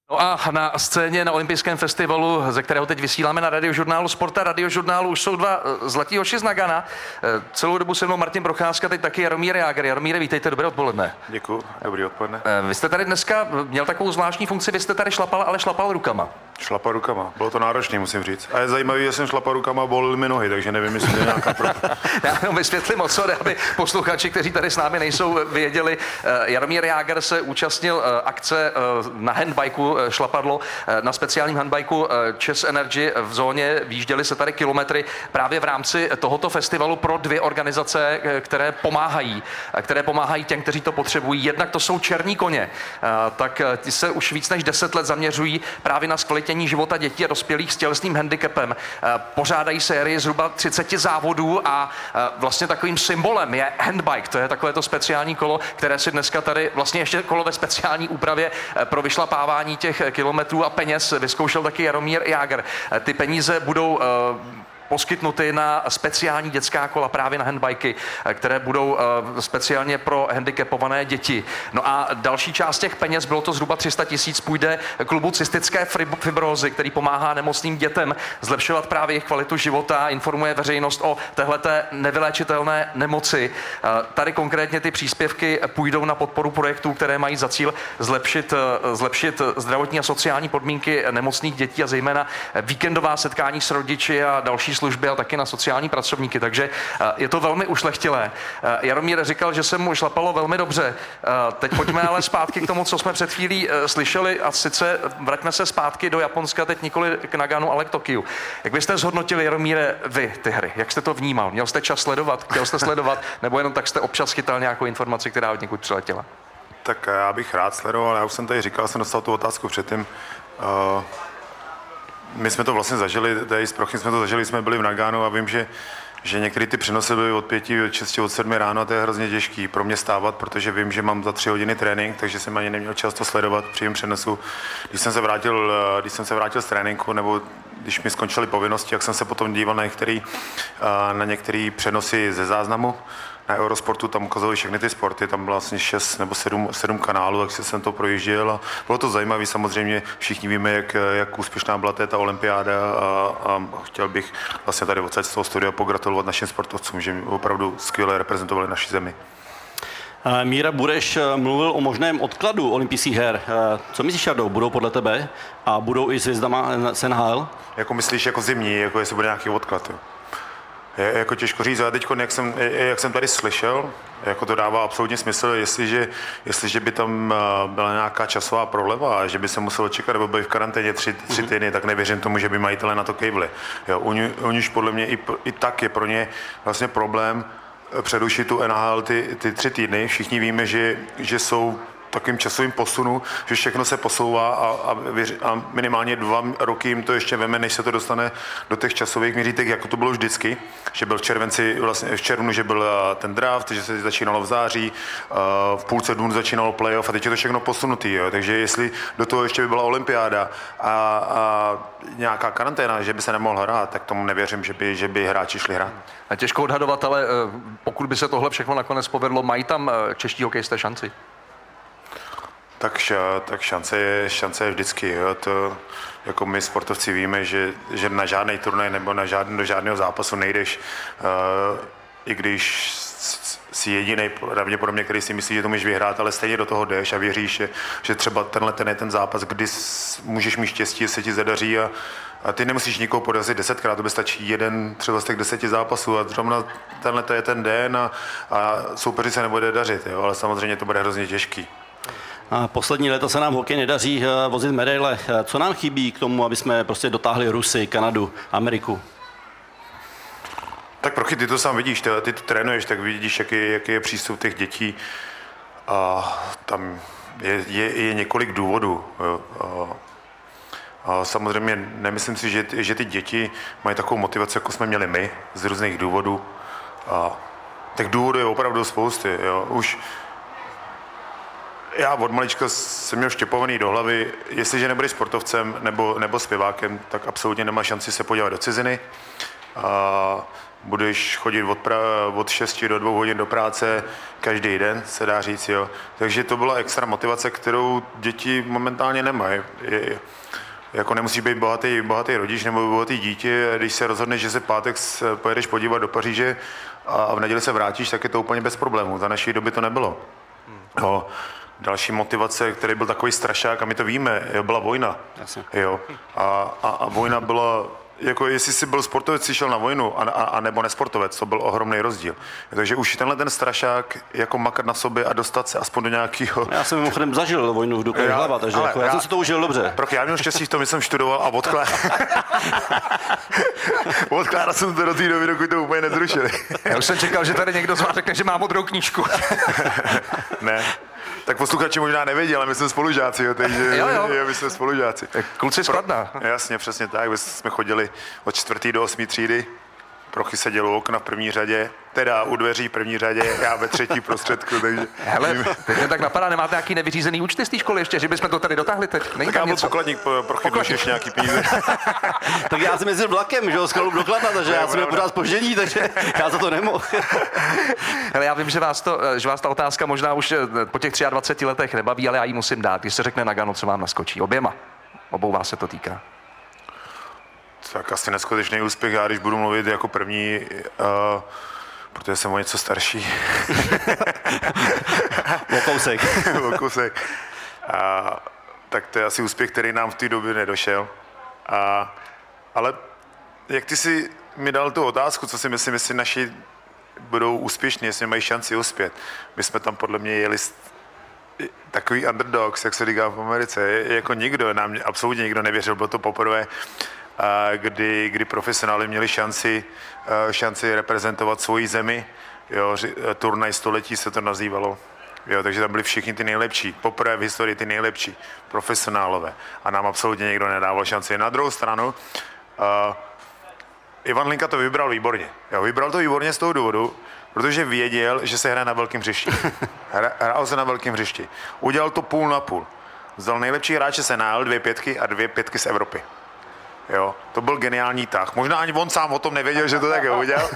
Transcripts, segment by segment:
No a na scéně na olympijském festivalu, ze kterého teď vysíláme na Radiožurnálu Sport a Radiožurnálu, už jsou dva zlatí hoši z Nagana. Celou dobu se mnou Martin Procházka, teď taky Jaromír Jágr. Jaromíre, vítejte, dobré odpoledne. Děkuji, dobrý odpoledne. Vy jste tady dneska měl takovou zvláštní funkci, vy jste tady šlapal, ale šlapal rukama. Šlapal rukama, bylo to náročné, musím říct. A je zajímavé, že jsem šlapal rukama a bolely mi nohy, takže nevím, jestli je nějaká problém. Já jenom vysvětlím, o co jde, aby posluchači, kteří tady s námi nejsou, věděli. Jaromír Jágr se účastnil akce na handbajku šlapadlo, na speciálním handbajku Chess Energy v zóně. Výjížděly se tady kilometry právě v rámci tohoto festivalu pro dvě organizace, které pomáhají těm, kteří to potřebují. Jednak to jsou Černí koně, tak ti se už víc než 10 let zaměřují právě na zkvalitění života dětí a dospělých s tělesným handicapem. Pořádají sérii zhruba 30 závodů a vlastně takovým symbolem je handbike. To je takovéto speciální kolo, které si dneska tady vlastně ještě kolo ve speciální úpravě pro vyšlapávání těch kilometrů a peněz vyzkoušel taky Jaromír Jágr. Ty peníze budou poskytnuty na speciální dětská kola, právě na handbajky, které budou speciálně pro handicapované děti. No a další část těch peněz, bylo to zhruba 300 000, půjde klubu cystické fibrózy, který pomáhá nemocným dětem zlepšovat právě jejich kvalitu života, informuje veřejnost o téhleté nevyléčitelné nemoci. Tady konkrétně ty příspěvky půjdou na podporu projektů, které mají za cíl zlepšit zdravotní a sociální podmínky nemocných dětí a zejména víkendová setkání s rodiči a další služby a taky na sociální pracovníky, takže je to velmi ušlechtilé. Jaromír říkal, že se mu šlapalo velmi dobře. Teď pojďme ale zpátky k tomu, co jsme před chvílí slyšeli, a sice vraťme se zpátky do Japonska, teď nikoli k Naganu, ale k Tokiu. Jak byste zhodnotili, Jaromíre, vy ty hry? Jak jste to vnímal? Měl jste čas sledovat? Chtěl jste sledovat? Nebo jenom tak jste občas chytal nějakou informaci, která od někud přiletěla? Tak já bych rád sledoval, já už jsem tady říkal, jsem dostal tu otázku předtím. My jsme to vlastně zažili, tady s Prochem jsme to zažili, jsme byli v Naganu a vím, že některé ty přenosy byly od 5, od 6, od 7 ráno a to je hrozně těžký pro mě stávat, protože vím, že mám za 3 hodiny trénink, takže jsem ani neměl čas to sledovat při jím přenosu. Když jsem se vrátil z tréninku, nebo když mi skončily povinnosti, jak jsem se potom díval na některé přenosy ze záznamu, na Eurosportu, tam ukazovali všechny ty sporty, tam bylo vlastně 6 nebo 7 kanálů, tak jsem to projížděl a bylo to zajímavé, samozřejmě všichni víme, jak úspěšná byla ta olympiáda a chtěl bych vlastně tady odsaď z toho studia pogratulovat našim sportovcům, že opravdu skvěle reprezentovali naši zemi. Míra Bureš mluvil o možném odkladu olympijských her. Co myslíš, Jardo, budou podle tebe a budou i s hvězdama z NHL? Jako myslíš jako zimní, jako jestli bude nějaký odklad, jo? Je jako těžko říct, ale teď, jak jsem tady slyšel, jako to dává absolutně smysl, jestliže by tam byla nějaká časová prodleva a že by se muselo čekat, nebo být v karanténě 3 týdny, tak nevěřím tomu, že by majitelé na to kejvli. Oni už podle mě i tak je pro ně vlastně problém předušit tu NHL ty 3 týdny. Všichni víme, že jsou takovým časovým posunu, že všechno se posouvá a minimálně 2 roky jim to ještě veme, než se to dostane do těch časových měřítek, jako to bylo vždycky, že byl v červenci, vlastně v červnu, že byl ten draft, že se začínalo v září, v půlce dubna začínalo playoff a teď je to všechno posunutý, jo. Takže jestli do toho ještě by byla olympiáda a nějaká karanténa, že by se nemohl hrát, tak tomu nevěřím, že by hráči šli hrát. A těžko odhadovat, ale pokud by se tohle všechno nakonec povedlo, mají tam čeští hokejisté šanci? Tak šance je vždycky. Jo. To, jako my sportovci víme, že na žádný turnaj nebo do žádného zápasu nejdeš, i když si jediný pravděpodobně, který si myslí, že to můžeš vyhrát, ale stejně do toho jdeš a věříš, že třeba ten je ten zápas, kdy můžeš mít štěstí, že se ti zadaří a ty nemusíš nikoho porazit 10krát, to by stačí jeden třeba z těch 10 zápasů a zrovna tenhle je ten den a soupeři se nebude dařit, jo, ale samozřejmě to bude hrozně těžký. A poslední léta se nám hokej nedaří vozit medaile. Co nám chybí k tomu, aby jsme prostě dotáhli Rusy, Kanadu, Ameriku? Tak Prochy, ty to sám vidíš, ty to trénuješ, tak vidíš, jaký je přístup těch dětí. A tam je několik důvodů. A samozřejmě nemyslím si, že ty děti mají takovou motivaci, jako jsme měli my, z různých důvodů. A těch důvodů je opravdu spousty. Jo. Já od malička jsem měl štěpovaný do hlavy, jestliže nebudeš sportovcem nebo zpěvákem, tak absolutně nemá šanci se podívat do ciziny. budeš chodit od 6 do 2 hodin do práce každý den, se dá říct, jo. Takže to byla extra motivace, kterou děti momentálně nemají. Jako nemusíš být bohatý rodič nebo bohatý dítě, když se rozhodneš, že se pátek pojedeš podívat do Paříže a v neděli se vrátíš, tak je to úplně bez problémů. Za naší doby to nebylo. Jo. Další motivace, který byl takový strašák, a my to víme, byla vojna. Jo. A vojna byla, jako jestli jsi byl sportovec, jsi šel na vojnu, a nebo nesportovec, to byl ohromný rozdíl. Takže už tenhle ten strašák, jako makat na sobě a dostat se aspoň do nějakého... Já jsem mimochodem zažil vojnu v Dukle Hlava, takže jako já jsem si to užil dobře. Já měl štěstí v tom, že jsem študoval a odkládal jsem to do té doby, dokud to úplně nezrušili. Já už jsem čekal, že tady někdo z vás řekne, že má modrou knížku. Ne. Tak posluchači možná nevědí, ale my jsme spolužáci, jo, takže my jsme spolužáci. Kluci z Kladna. Jasně, přesně tak. My jsme chodili od 4. do 8. třídy. Prochy seděl u okna v první řadě, teda u dveří v první řadě, já ve třetí prostředku, takže... Hele, teď mě tak napadá, nemáte nějaký nevyřízený účty z té školy ještě, že bychom to tady dotáhli teď? Tak já byl pokladník, Prochy dlužíš nějaký peníze. Tak já jsem jezdil vlakem, že jo, z Kalup do Kladna, takže já jsem měl pořád zpoždění, takže já za to nemohl. Hele, já vím, že vás ta otázka možná už po těch 23 letech nebaví, ale já ji musím dát. Když se řekne Nagano, co vám naskočí? Obou vás se to týká. Tak asi neskutečný úspěch, já když budu mluvit jako první, protože jsem o něco starší. O kousek. Tak to je asi úspěch, který nám v té době nedošel. Ale jak ty si mi dal tu otázku, co si myslím, jestli naši budou úspěšní, jestli mají šanci uspět. My jsme tam podle mě jeli takový underdogs, jak se říká v Americe, jako nikdo, nám absolutně nikdo nevěřil, bylo to poprvé, kdy profesionáli měli šanci reprezentovat svoji zemi. Jo, turnaj století se to nazývalo. Jo, takže tam byli všichni ty nejlepší, poprvé v historii ty nejlepší profesionálové. A nám absolutně nikdo nedával šanci. Na druhou stranu, Ivan Hlinka to vybral výborně. Jo, vybral to výborně z toho důvodu, protože věděl, že se hraje na velkém hřišti. Hrál se na velkém hřišti. Udělal to půl na půl. Vzal nejlepší hráče se najel 2 pětky a 2 pětky z Evropy. Jo, to byl geniální tah. Možná ani on sám o tom nevěděl, že to tak udělal,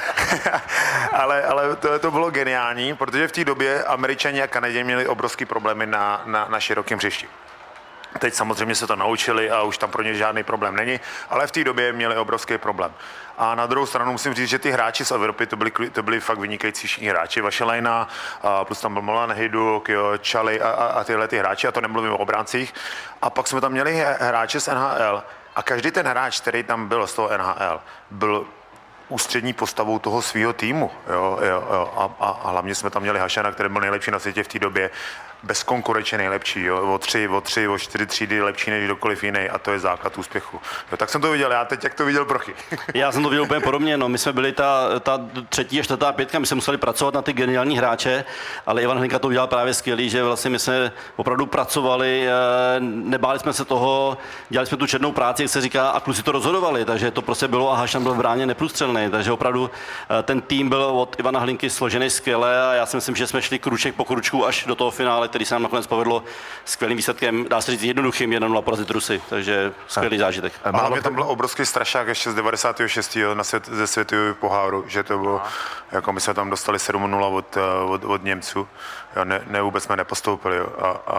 ale to bylo geniální, protože v té době Američani a Kanaděni měli obrovský problémy na širokém hřišti. Teď samozřejmě se to naučili a už tam pro ně žádný problém není, ale v té době měli obrovský problém. A na druhou stranu musím říct, že ty hráči z Evropy, to byli fakt vynikající hráči. Vašelajna, plus tam byl Molan Hejduk, Čali a tyhle ty hráči, a to nemluvím o obráncích. A pak jsme tam měli hráče z NHL. A každý ten hráč, který tam byl z toho NHL, byl ústřední postavou toho svého týmu. Jo. A hlavně jsme tam měli Hašana, který byl nejlepší na světě v té době. Bezkonkurenčně nejlepší, jo. O 4 třídy lepší než kdokoliv jiný, a to je základ úspěchu. Jo, tak jsem to viděl já, teď jak to viděl Prochy. Já jsem to viděl úplně podobně, no. My jsme byli ta 3. a 4. pětka, my jsme museli pracovat na ty geniální hráče, ale Ivan Hlinka to udělal právě skvělý, že vlastně my jsme opravdu pracovali, nebáli jsme se toho, dělali jsme tu černou práci, jak se říká, a kluci to rozhodovali, takže to prostě bylo, a Hašan byl v bráně neprůstřelný, takže opravdu ten tým byl od Ivana Hlinky složený skvěle, a já si myslím, že jsme šli kruček po kručku až do toho finále, který se nám nakonec povedlo skvělým výsledkem, dá se říct jednoduchým, 1-0 porazit Rusy, takže skvělý zážitek. A hlavně tam byl obrovský strašák ještě z 96. Ze světového poháru, že to bylo, jako my jsme tam dostali 7-0 od Němců, jo, ne, vůbec jsme nepostoupili, jo,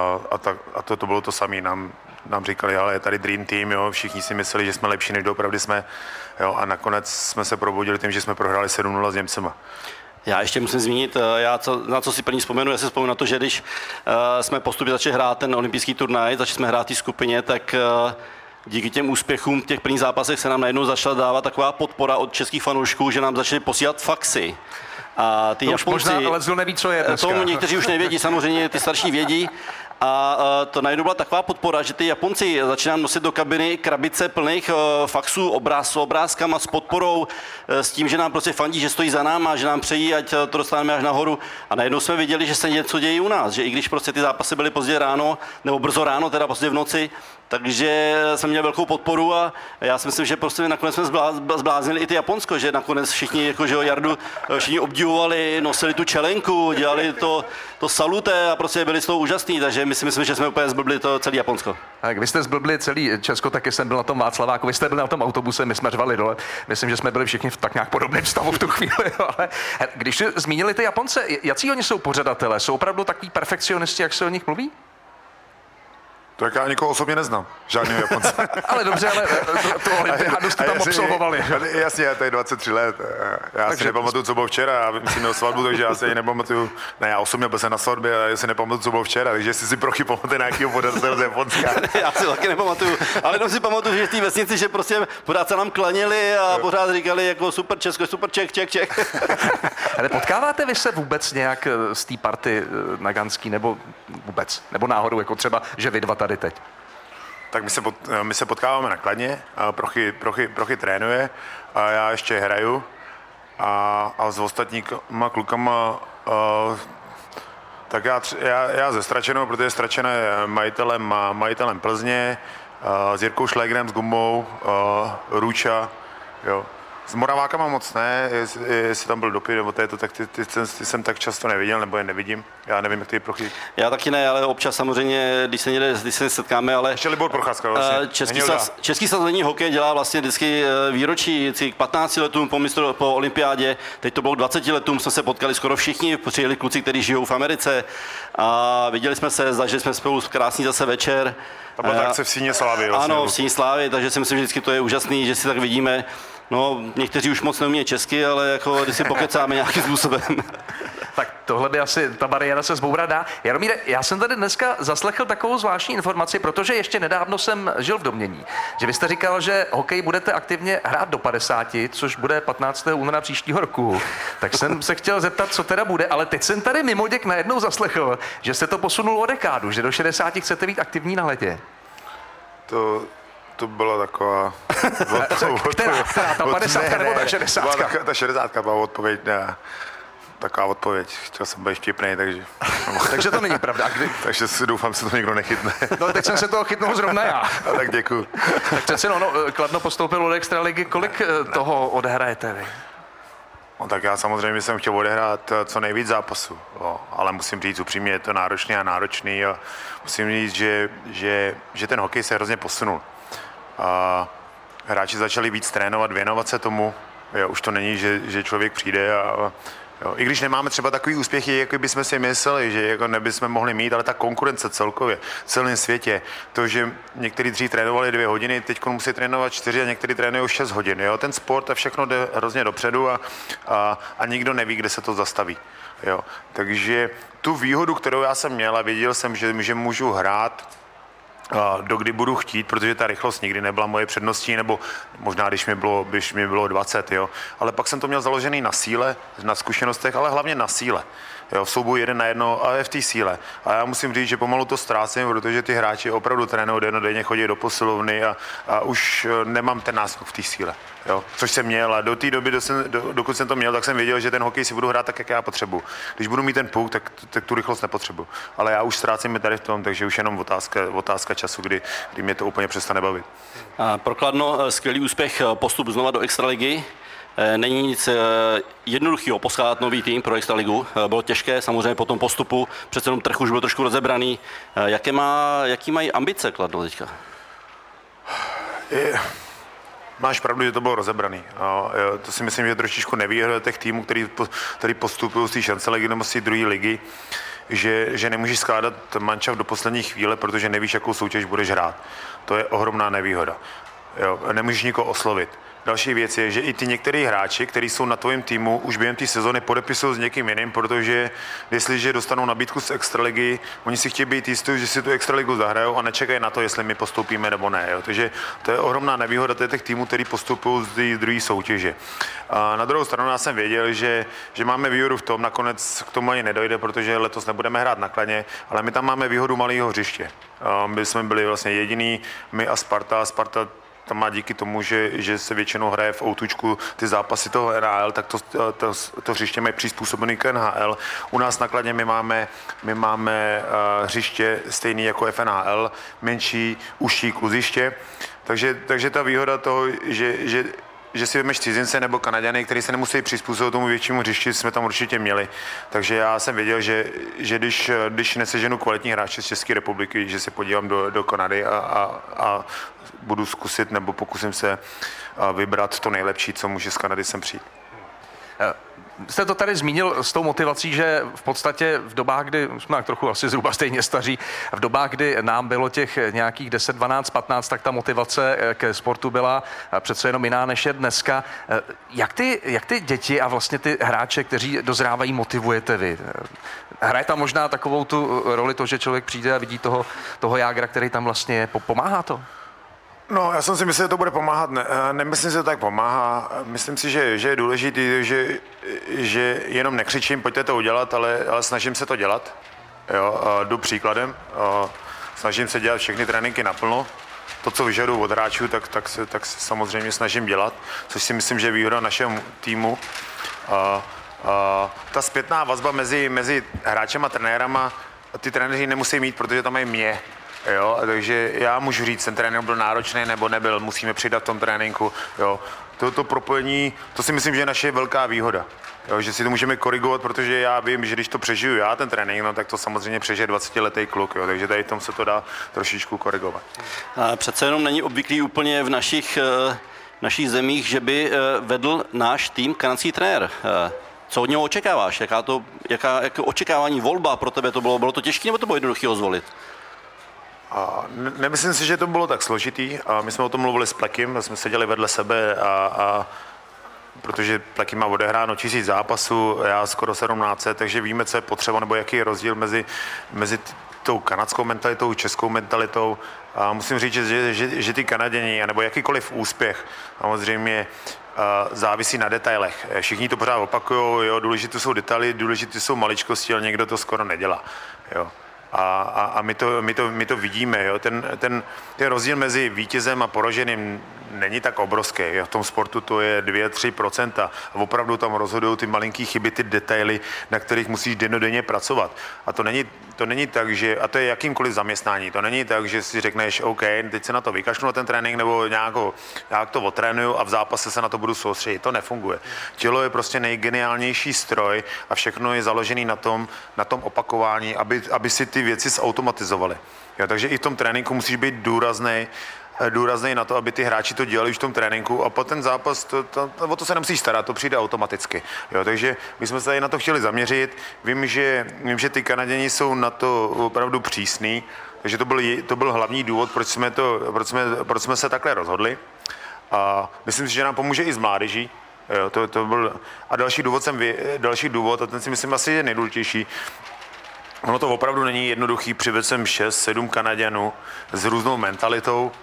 a to bylo to samé, nám říkali, ale je tady Dream Team, jo, všichni si mysleli, že jsme lepší, než doopravdy jsme, jo, a nakonec jsme se probudili tím, že jsme prohráli 7-0 s Němcema. Já ještě musím zmínit, na co si první vzpomenu, já si vzpomenu na to, že když jsme postupně začali hrát ten olympijský turnaj, začali jsme hrát v té skupině, tak díky těm úspěchům v těch prvních zápasech se nám najednou začala dávat taková podpora od českých fanoušků, že nám začali posílat faxy. A ty Japonci, možná Lezl neví, co je dneska. Tomu někteří už nevědí, samozřejmě ty starší vědí. A to najednou byla taková podpora, že ty Japonci začínají nosit do kabiny krabice plných faxů s obrázkama, s podporou, s tím, že nám prostě fandí, že stojí za náma, že nám přejí, ať to dostaneme až nahoru. A najednou jsme viděli, že se něco děje u nás, že i když prostě ty zápasy byly pozdě ráno, nebo brzo ráno, teda pozdě v noci, takže jsem měl velkou podporu a já si myslím, že prostě nakonec jsme zbláznili i ty Japonsko, že nakonec všichni, jako že Jardu, všichni obdivovali, nosili tu čelenku, dělali to saluté a prostě byli z toho úžasný, takže my si myslím, že jsme úplně zblbli to celý Japonsko. Tak vy jste zblbli celý Česko, taky jsem byl na tom Václaváku, vy jste byli na tom autobuse, my jsme řvali dole. Myslím, že jsme byli všichni v tak nějak podobném stavu v tu chvíli, ale když jste zmínili ty Japonce, jací oni jsou pořadatelé? Jsou opravdu takový perfekcionisti, jak se o nich mluví? Tak já nikoho osobně neznám, žádný Japonce. Ale dobře, ale to olympiádu jste tam absolvovali. Jasně, já tady 23 let. Já si nepamatuju, co bylo včera, já jsem měl svatbu, takže já si ji nepamatuju. Ne, já osobně byl jsem na svatbě a já si nepamatuju, co bylo včera, takže jestli si Prochy pamatuje nějakého podavatele z Japonska. Já si taky nepamatuju, ale jenom si pamatuju, že v té vesnici, že prostě pořád se nám klanili a pořád říkali jako super Česko, super Čech. Ale potkáváte vy se vůbec nějak z té party Naganský nebo vůbec? Nebo náhodou, jako třeba, že vy dva tady teď? Tak my se potkáváme na Kladně, Prochy trénuje a já ještě hraju a s ostatníma klukama tak já ze Stračenou, protože Stračena je majitelem Plzně, s Jirkou Šlégrem, s Gumbou, Růča, jo. S Moravákama moc ne, jestli tam byl dopy nebo to, tak ty jsem tak často neviděl, nebo je nevidím. Já nevím, jak ty Prochy. Já taky ne, ale občas samozřejmě, když se setkáme, ale... Ještě Libor Procházka vlastně. Český sazení hokej dělá vlastně vždycky výročí k 15 letům po olympiádě. Teď to bylo k 20 letům, jsme se potkali skoro všichni, přijeli kluci, kteří žijou v Americe a viděli jsme se, zažili jsme spolu krásný zase večer. To byla akce v Síně Slávy. Vlastně. Ano, v Síně Slávy, takže si myslím, že vždycky to je úžasný, že si tak vidíme. No, někteří už moc neumí česky, ale jako když si pokecáme nějakým způsobem. Tak tohle by asi ta bariéra se zbourat dá. Jaromíre, já jsem tady dneska zaslechl takovou zvláštní informaci, protože ještě nedávno jsem žil v domnění, že vy jste říkal, že hokej budete aktivně hrát do 50, což bude 15. února příštího roku. Tak jsem se chtěl zeptat, co teda bude, ale teď jsem tady mimoděk najednou zaslechl, že jste to posunul o dekádu, že do 60 chcete být aktivní na ledě. To byla taková... Která? Ta 50 nebo ta 60? Ta 60 byla odpověď, ne. Taková odpověď. Chtěl jsem být vtipnej, takže... Takže to není pravda. Takže si doufám, že se to někdo nechytne. No teď jsem se toho chytnul zrovna já. Tak děkuju. Tak přece Kladno postoupilo do extraligy. Kolik toho odehrajete vy? No, tak já samozřejmě jsem chtěl odehrát co nejvíc zápasů, ale musím říct upřímně, je to náročný a musím říct, že ten hokej se hrozně posunul. A hráči začali víc trénovat, věnovat se tomu. Jo, už to není, že člověk přijde a jo, i když nemáme třeba takový úspěchy, jako bychom si mysleli, že jako nebychom mohli mít, ale ta konkurence celkově v celém světě, to, že někteří dřív trénovali 2 hodiny, teď musí trénovat 4 a někteří trénují 6 hodin. Jo? Ten sport a všechno jde hrozně dopředu a nikdo neví, kde se to zastaví. Jo? Takže tu výhodu, kterou já jsem měl a věděl jsem, že můžu hrát dokdy budu chtít, protože ta rychlost nikdy nebyla moje předností, nebo možná, když mi bylo 20, jo. Ale pak jsem to měl založený na síle, na zkušenostech, ale hlavně na síle. Jo, v souboji 1 na 1, ale v té síle. A já musím říct, že pomalu to ztrácím, protože ty hráči opravdu trénují dennodenně, chodí do posilovny a už nemám ten náskok v té síle. Jo, což jsem měl a do té doby, dokud jsem to měl, tak jsem věděl, že ten hokej si budu hrát tak, jak já potřebuji. Když budu mít ten puk, tak tu rychlost nepotřebuji. Ale já už ztrácím tady v tom, takže už jenom otázka času, kdy mě to úplně přestane bavit. Pro Kladno skvělý úspěch, postup znova do extraligy. Není nic jednoduchého poskládat nový tým pro extraligu. Bylo těžké, samozřejmě po tom postupu, přece jenom trh už byl trošku rozebraný. Jaký mají ambice Kladno teďka? Máš pravdu, že to bylo rozebraný. To si myslím, že je trošičku nevýhoda těch týmů, který postupují z té šance ligy nebo z té druhé ligy, že nemůžeš skládat mančaft do poslední chvíle, protože nevíš, jakou soutěž budeš hrát. To je ohromná nevýhoda. Jo, nemůžeš nikoho oslovit. Další věc je, že i ty některý hráči, kteří jsou na tvém týmu, už během té sezony podepisují s někým jiným, protože jestliže dostanou nabídku z extraligy, oni si chtějí být jistí, že si tu extraligu zahrajou a nečekají na to, jestli my postoupíme nebo ne. Jo. Takže to je ohromná nevýhoda těch týmů, který postupují z té druhé soutěže. A na druhou stranu já jsem věděl, že máme výhodu v tom, nakonec k tomu ani nedojde, protože letos nebudeme hrát na Kladně, ale my tam máme výhodu malého hřiště. My jsme byli vlastně jediný, my a Sparta. Sparta tam má díky tomu, že se většinou hraje v outučku ty zápasy toho NHL, tak to hřiště mají přizpůsobený k NHL. U nás na Kladně my máme hřiště stejný jako FNHL, menší, užší kluziště, takže ta výhoda toho, že si vemeš cizince nebo Kanaďany, kteří se nemusí přizpůsobit tomu většímu hřišti, jsme tam určitě měli. Takže já jsem věděl, že když neseženu kvalitní hráče z České republiky, že se podívám do Kanady a budu zkusit nebo pokusím se vybrat to nejlepší, co může z Kanady sem přijít. Jste to tady zmínil s tou motivací, že v podstatě v dobách, kdy jsme tak trochu asi zhruba stejně staří, v dobách, kdy nám bylo těch nějakých 10, 12, 15, tak ta motivace ke sportu byla přece jenom jiná, než je dneska. Jak ty děti a vlastně ty hráče, kteří dozrávají, motivujete vy? Hraje tam možná takovou tu roli to, že člověk přijde a vidí toho jágra, který tam vlastně je? Pomáhá to? No, já jsem si myslel, že to bude pomáhat. Nemyslím si, že to tak pomáhá. Myslím si, že je důležité, že jenom nekřičím, pojďte to udělat, ale snažím se to dělat. Jo, jdu příkladem. Snažím se dělat všechny tréninky naplno. To, co vyžaduju od hráčů, tak se samozřejmě snažím dělat, což si myslím, že je výhoda našemu týmu. Ta zpětná vazba mezi hráčem a trenérama, ty trenéři nemusí mít, protože tam mají mě. Jo, takže já můžu říct, ten trénink byl náročný nebo nebyl, musíme přidat v tom tréninku. Jo. To propojení, to si myslím, že je naše velká výhoda. Jo, že si to můžeme korigovat, protože já vím, že když to přežiju já, ten trénink, no, tak to samozřejmě přežije 20letý kluk, jo, takže tady v tom se to dá trošičku korigovat. A přece jenom není obvyklý úplně v našich zemích, že by vedl náš tým kanadský trenér. Co od něho očekáváš? Jaké očekávání, volba pro tebe to bylo? Bylo to těžké nebo to bylo jednoduché ho zvolit? Nemyslím si, že to bylo tak složitý. My jsme o tom mluvili s Plekim, jsme seděli vedle sebe protože Pleky má odehráno 1000 zápasů, já skoro 1700, takže víme, co je potřeba, nebo jaký je rozdíl mezi tou kanadskou mentalitou, českou mentalitou. A musím říct, že ty Kanaděni, nebo jakýkoliv úspěch, samozřejmě závisí na detailech. Všichni to pořád opakujou, jo, důležité jsou detaily, důležité jsou maličkosti, ale někdo to skoro nedělá. Jo. A my to vidíme, jo. Ten rozdíl mezi vítězem a poraženým není tak obrovský. Jo. V tom sportu to je 2-3% a opravdu tam rozhodují ty malinký chyby, ty detaily, na kterých musíš dennodenně pracovat. A to není tak, že, a to je jakýmkoliv zaměstnání, to není tak, že si řekneš, OK, teď se na to vykašlu na ten trénink nebo nějak to otrénuju a v zápase se na to budu soustředit. To nefunguje. Tělo je prostě nejgeniálnější stroj a všechno je založené na tom opakování, aby si ty věci zautomatizovaly. Jo, takže i v tom tréninku musíš být důrazný na to, aby ty hráči to dělali už v tom tréninku a po ten zápas, o to se nemusíš starat, to přijde automaticky. Jo, takže my jsme se tady na to chtěli zaměřit. Vím, že ty Kanaděni jsou na to opravdu přísný, takže to byl hlavní důvod, proč jsme se takhle rozhodli. A myslím si, že nám pomůže i z mládeží. Jo, to byl, a další důvod, a ten si myslím asi je nejdůležitější. Ono to opravdu není jednoduchý, přivedl jsem 6-7 Kanaďanů s různou mentalitou.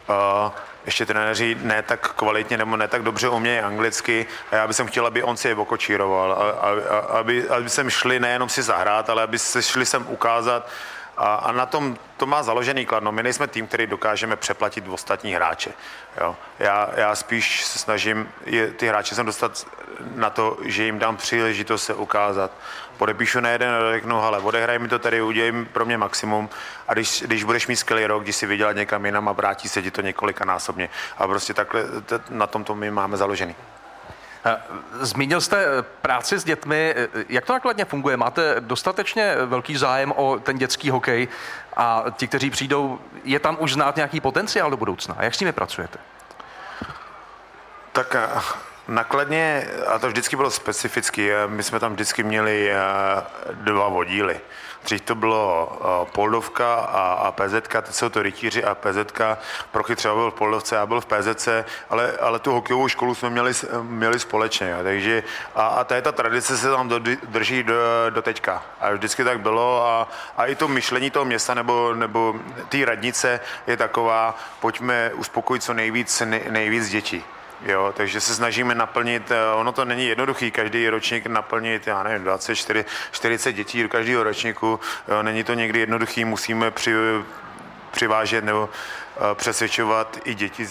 Ještě trenéři ne tak kvalitně nebo ne tak dobře umějí anglicky a já bych chtěl, aby on si je okočíroval, aby sem šli nejenom si zahrát, ale aby se šli sem ukázat a na tom to má založený Kladno. My nejsme tým, který dokážeme přeplatit ostatní hráče. Jo. Já spíš se snažím ty hráče sem dostat na to, že jim dám příležitost se ukázat. Podepíšu na jeden a řeknu, hele, odehraj mi to tady, udělej pro mě maximum a když budeš mít skvělý rok, když si vydělat někam jinam a vrátí se ti to několikanásobně. A prostě takhle na tom to my máme založený. Zmínil jste práci s dětmi. Jak to nakladně funguje? Máte dostatečně velký zájem o ten dětský hokej a ti, kteří přijdou, je tam už znát nějaký potenciál do budoucna? A jak s nimi pracujete? Tak nakladně, a to vždycky bylo specificky, my jsme tam vždycky měli 2 oddíly. Dřív to bylo Poldovka a PZka, teď jsou to rytíři a PZka. Prochy třeba byl v Poldovce, já byl v PZC, ale tu hokejovou školu jsme měli společně. Jo. Takže a ta tradice se tam drží do teďka. A vždycky tak bylo a i to myšlení toho města nebo té radnice je taková, pojďme uspokojit co nejvíc dětí. Jo, takže se snažíme naplnit, ono to není jednoduchý, každý ročník naplnit, já nevím, 24, 40 dětí do každého ročníku, jo, není to někdy jednoduchý, musíme přivážet nebo přesvědčovat i děti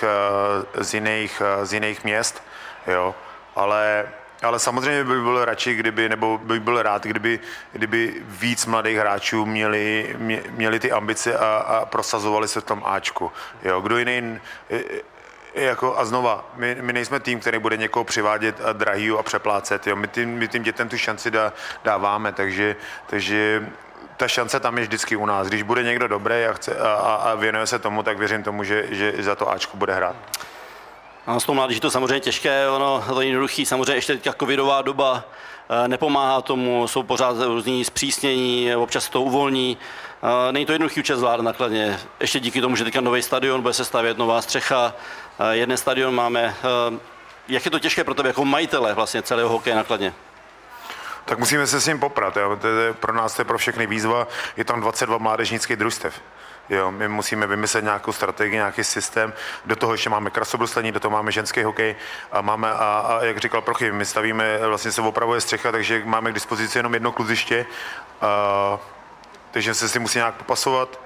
z jiných měst, jo, ale samozřejmě bych byl radši, nebo bych byl rád, kdyby víc mladých hráčů měli ty ambice a prosazovali se v tom Ačku. Jo, kdo jiný, jako, a znova, my nejsme tým, který bude někoho přivádět a drahýho a přeplácet. Jo. My tím dětem tu šanci dáváme, takže ta šance tam je vždycky u nás. Když bude někdo dobrý a věnuje se tomu, tak věřím tomu, že za to Ačku bude hrát. A s tou mládeží to samozřejmě těžké, ono to je jednoduchý, samozřejmě ještě teďka covidová doba nepomáhá tomu, jsou pořád různý zpřísnění, občas to uvolní. Není to jednoduchý účet zvládat nakladně. Ještě díky tomu, že teďka nový stadion, bude se stavět nová střecha, jeden stadion máme. Jak je to těžké pro tebe jako majitele vlastně celého hokeje nakladně? Tak musíme se s ním poprat. Jo. Pro nás to je pro všechny výzva. Je tam 22 mládežnických družstev. Jo, my musíme vymyslet nějakou strategii, nějaký systém. Do toho ještě máme krasobruslení, do toho máme ženský hokej a máme, a jak říkal Prochy, my stavíme, vlastně se opravuje střecha, takže máme k dispozici jenom jedno kluziště, takže se s tím musí nějak popasovat.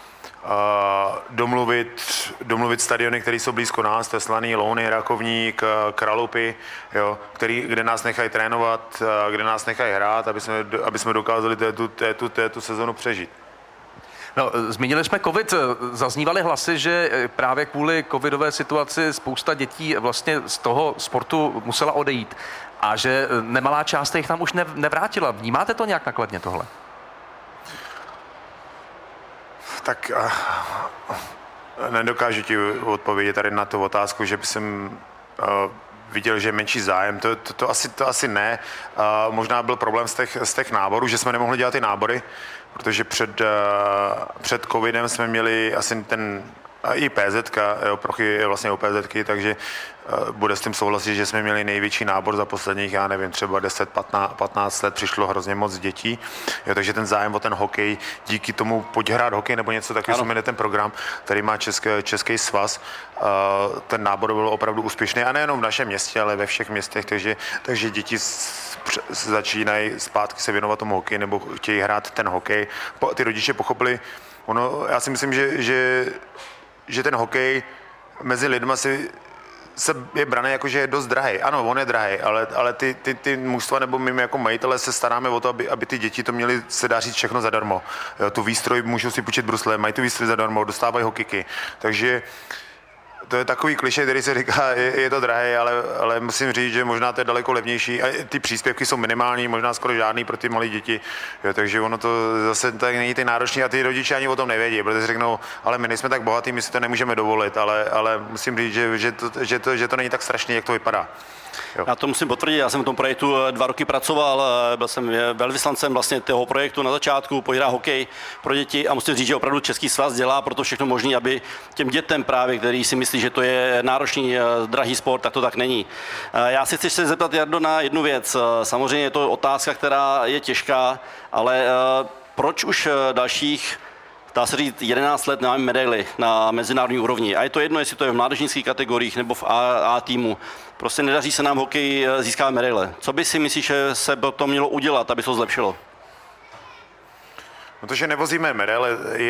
Domluvit stadiony, které jsou blízko nás, to je Slaný, Louny, Rakovník, Kralupy, jo, kde nás nechají trénovat, kde nás nechají hrát, aby jsme dokázali tu sezonu přežít. No, zmínili jsme covid, zaznívaly hlasy, že právě kvůli covidové situaci spousta dětí vlastně z toho sportu musela odejít a že nemalá část jich tam už nevrátila. Vnímáte to nějak nakladně tohle? Tak nedokážu ti odpovědět tady na tu otázku, že jsem viděl, že je menší zájem. To asi ne. Možná byl problém z těch náborů, že jsme nemohli dělat ty nábory, protože před covidem jsme měli asi i PZka, Prochy je vlastně o PZky, takže bude s tím souhlasit, že jsme měli největší nábor za posledních, já nevím, třeba 10-15 let přišlo hrozně moc dětí, jo, takže ten zájem o ten hokej, díky tomu Pojď hrát hokej nebo něco takového se jmenuje ten program, který má Český svaz, ten nábor byl opravdu úspěšný a nejenom v našem městě, ale ve všech městech, takže děti začínají zpátky se věnovat tomu hokeji nebo chtějí hrát ten hokej. Ty rodiče pochopili, já si myslím, že ten hokej mezi lidma je braný jako, že je dost drahý. Ano, on je drahý, ale ty mužstva nebo my jako majitele se staráme o to, aby ty děti to měly, se dá říct, všechno zadarmo. Jo, tu výstroj můžou si půjčit brusle, mají tu výstroj zadarmo, dostávají hokiky. Takže to je takový klišé, který se říká, je to drahé, ale musím říct, že možná to je daleko levnější a ty příspěvky jsou minimální, možná skoro žádný pro ty malé děti, jo, takže ono to zase tak není ty náročný a ty rodiče ani o tom nevědí, protože si řeknou, ale my nejsme tak bohatí, my si to nemůžeme dovolit, ale musím říct, že to není tak strašný, jak to vypadá. Jo. Já to musím potvrdit, já jsem v tom projektu 2 roky pracoval, byl jsem velvyslancem vlastně toho projektu na začátku, Pojď hrát hokej pro děti a musím říct, že opravdu Český svaz dělá pro to všechno možné, aby těm dětem právě, který si myslí, že to je náročný, drahý sport, tak to tak není. Já si chci se zeptat, Jardo, na jednu věc. Samozřejmě je to otázka, která je těžká, ale proč už dalších, dá se říct, 11 let nemáme medaily na mezinárodní úrovni. A je to jedno, jestli to je v mládežnických kategoriích nebo v A týmu. Prostě nedaří se nám hokej získávat medaile. Co by si myslíš, že se to mělo udělat, aby se to zlepšilo? No to, že nevozíme medaile,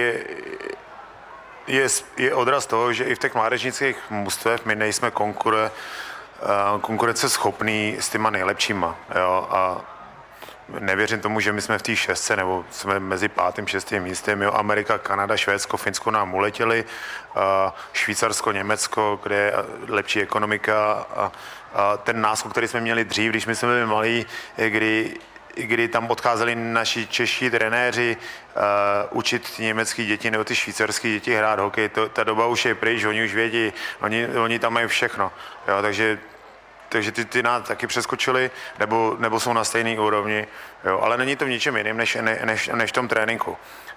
je odraz toho, že i v těch mládežnických mužstvech my nejsme konkurenceschopní s těma nejlepšíma. Jo? A nevěřím tomu, že my jsme v té 6 nebo jsme mezi 5. 6. místem. Jo? Amerika, Kanada, Švédsko, Finsko nám uletěli, Švýcarsko, Německo, kde je lepší ekonomika a ten náskok, který jsme měli dřív, když my jsme byli malí, kdy tam odcházeli naši čeští trenéři učit německé děti nebo ty švýcarské děti hrát hokej. Ta doba už je pryč, oni už vědí, oni tam mají všechno. Jo? Takže ty nás taky přeskočili, nebo jsou na stejné úrovni, jo? Ale není to v ničem jiným, než v tom tréninku.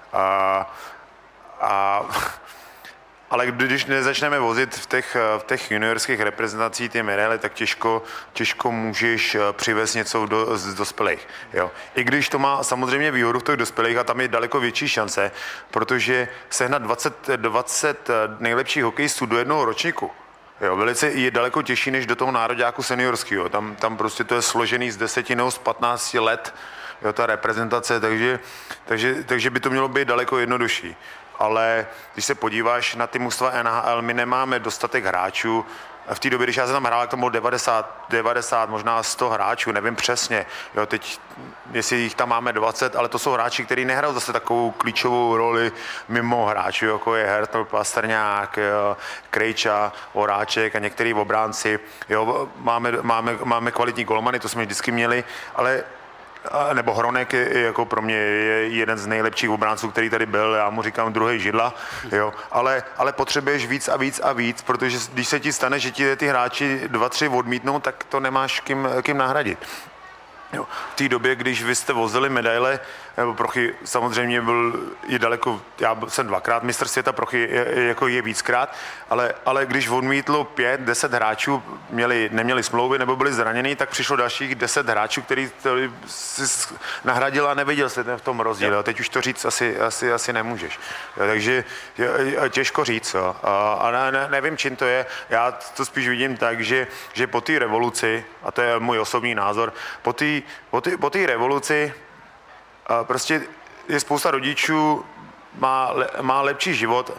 Ale když nezačneme vozit v těch juniorských reprezentacích ty medaile, tak těžko můžeš přivést něco z dospělých. Jo. I když to má samozřejmě výhodu v těch dospělých a tam je daleko větší šance, protože sehnat 20 nejlepších hokejistů do jednoho ročníku, jo, velice je daleko těžší než do toho nároďáku seniorského. Tam prostě to je složený z 10 nebo z 15 let, jo, ta reprezentace, takže by to mělo být daleko jednodušší. ale když se podíváš na ty mužstva NHL, my nemáme dostatek hráčů. V té době, když já jsem tam hrál, tak to bylo 90, možná 100 hráčů, nevím přesně. Jo, teď, jestli jich tam máme 20, ale to jsou hráči, kteří nehrajou zase takovou klíčovou roli mimo hráčů, jako je Hertl, Pastrňák, Krejča, Horáček a některý obránci. Jo, máme kvalitní golmany, to jsme vždycky měli, ale nebo Hronek je jako pro mě je jeden z nejlepších obránců, který tady byl, já mu říkám druhý židla, jo, ale potřebuješ víc a víc a víc, protože když se ti stane, že ti ty hráči 2-3 odmítnou, tak to nemáš kým nahradit. Jo. V té době, když vy jste vozili medaile, nebo Prochy samozřejmě je daleko, já jsem 2krát mistr světa, Prochy je víckrát, ale když odmítlo 5-10 hráčů, neměli smlouvy nebo byli zranění, tak přišlo dalších 10 hráčů, který si nahradil a neviděl se v tom rozdíl. Jo. Teď už to říct asi nemůžeš. Jo, takže těžko říct. Jo. A nevím, čím to je. Já to spíš vidím tak, že po té revoluci, a to je můj osobní názor, po té revoluci prostě je spousta rodičů, má lepší život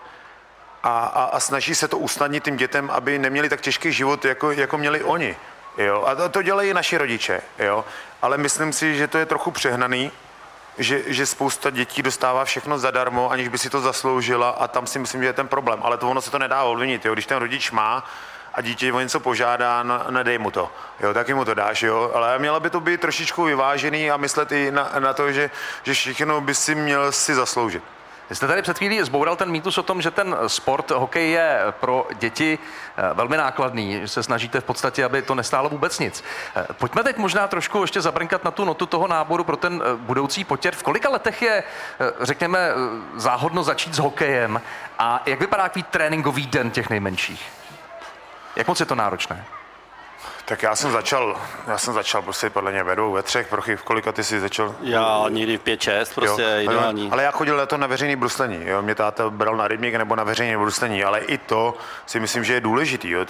a snaží se to usnadnit tím dětem, aby neměli tak těžký život, jako měli oni. Jo? A to dělají naši rodiče. Jo? Ale myslím si, že to je trochu přehnaný, že spousta dětí dostává všechno zadarmo, aniž by si to zasloužila a tam si myslím, že je ten problém. Ale ono se to nedá ovlivnit. Jo? Když ten rodič má a dítě o něco požádá, nedej mu to. Jo, taky mu to dáš, jo. Ale mělo by to být trošičku vyvážený a myslet i na to, že všechno by si měl zasloužit. Vy jste tady před chvílí zboural ten mýtus o tom, že ten sport, hokej je pro děti velmi nákladný, že se snažíte v podstatě, aby to nestálo vůbec nic. Pojďme teď možná trošku ještě zabrnkat na tu notu toho náboru pro ten budoucí potěr. V kolika letech je, řekněme, záhodno začít s hokejem a jak vypadá takový tréninkový den těch nejmenších? Jak moc je to náročné? Tak já jsem začal prostě podle mě ve 2, ve 3, Prochy, v kolika ty jsi začal? Já někdy v 5-6, prostě jo, ideální. Ale já chodil na to na veřejný bruslení, jo, mě táta bral na rybník nebo na veřejné bruslení, ale i to si myslím, že je důležitý, jo,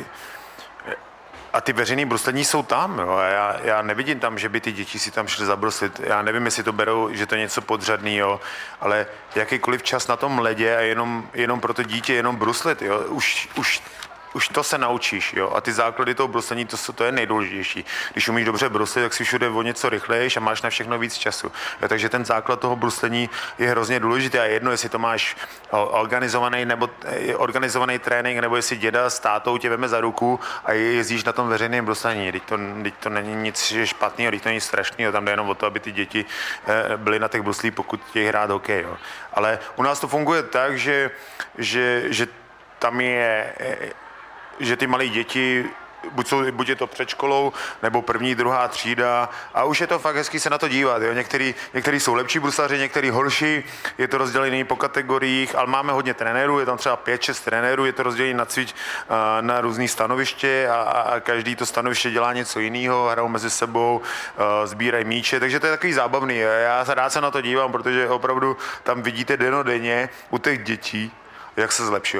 a ty veřejný bruslení jsou tam, jo, já nevidím tam, že by ty děti si tam šly zabruslit, já nevím, jestli to berou, že to je něco podřadného, ale jakýkoliv čas na tom ledě a jenom pro to dítě jenom bruslit, jo, už to se naučíš, jo, a ty základy toho bruslení, to je nejdůležitější. Když umíš dobře bruslit, tak si všude o něco rychlejš a máš na všechno víc času. Jo, takže ten základ toho bruslení je hrozně důležitý a jedno, jestli to máš organizovaný trénink, nebo jestli děda s tátou tě veme za ruku a jezdíš na tom veřejném bruslení. Teď to není nic špatného, teď to není strašného, tam jde jenom o to, aby ty děti byly na těch bruslích, pokud chtějí hrát hokej. Jo. Ale u nás to funguje tak, že tam je že ty malé děti, buď je to před školou, nebo 1., 2. třída a už je to fakt hezký se na to dívat. Jo. Některý jsou lepší bruslaři, některý horší, je to rozdělený po kategoriích, ale máme hodně trenérů, je tam třeba 5-6 trenérů, je to rozdělený na různý stanoviště a každý to stanoviště dělá něco jiného, hrajou mezi sebou, sbírají míče, takže to je takový zábavný. Já se rád se na to dívám, protože opravdu tam vidíte dennodenně u těch dětí, jak se zlepšují.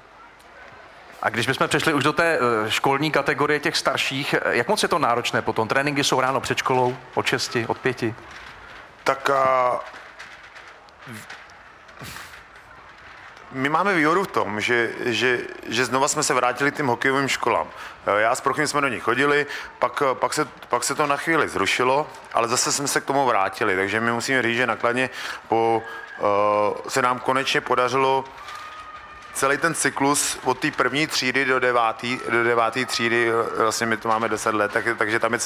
A když bychom přešli už do té školní kategorie těch starších, jak moc je to náročné potom? Tréninky jsou ráno před školou, od 6, od 5? Tak my máme výhodu v tom, že znova jsme se vrátili k těm hokejovým školám. Já s Prochym jsme do nich chodili, pak se to na chvíli zrušilo, ale zase jsme se k tomu vrátili, takže my musíme říct, že nakladně se nám konečně podařilo celý ten cyklus od té 1. třídy do 9. třídy, vlastně my to máme 10 let, takže tam je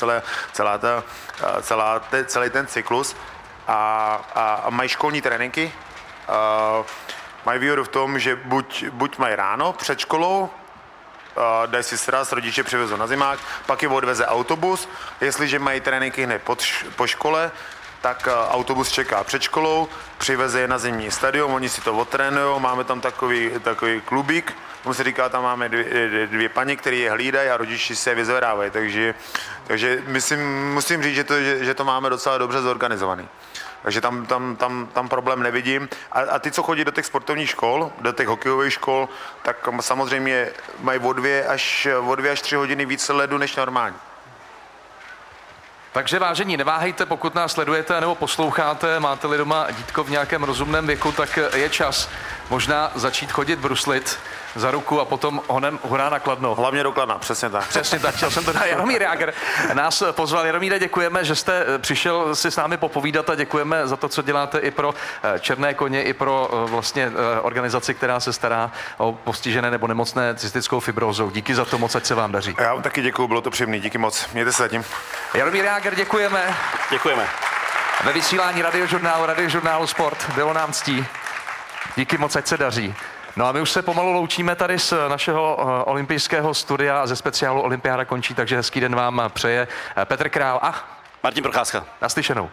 celý ten cyklus a mají školní tréninky. Mají výhodu v tom, že buď mají ráno před školou, dají si sraz, rodiče přivezou na zimák, pak je odveze autobus, jestliže mají tréninky hned po škole, tak autobus čeká před školou, přiveze je na zimní stadion, oni si to odtrénujou, máme tam takový klubík, tomu se říká, tam máme dvě paní, které je hlídají a rodiči se je vyzvedávají, takže musím říct, že to máme docela dobře zorganizovaný. Takže tam problém nevidím. A ty, co chodí do těch sportovních škol, do těch hokejových škol, tak samozřejmě mají o 2 až 3 hodiny více ledu než normálně. Takže vážení, neváhejte, pokud nás sledujete nebo posloucháte, máte-li doma dítko v nějakém rozumném věku, tak je čas možná začít chodit bruslit za ruku a potom honem hurá na Kladno. Hlavně do Kladna, přesně tak. Přesně tak, chtěl jsem to dát. Jaromír Jágr nás pozval. Jaromíre, děkujeme, že jste přišel si s námi popovídat a děkujeme za to, co děláte i pro Černé koně, i pro vlastně organizaci, která se stará o postižené nebo nemocné cystickou fibrózou. Díky za to moc, ať se vám daří. Já vám taky děkuju, bylo to příjemné, díky moc. Mějte se zatím. Jaromír Jágr, děkujeme. Děkujeme. Ve vysílání Radiožurnálu Sport bylo nám ctí. Díky moc, ať se daří. No a my už se pomalu loučíme tady z našeho olympijského studia a ze speciálu Olympiáda končí, takže hezký den vám přeje Petr Král a Martin Procházka. naslyšenou.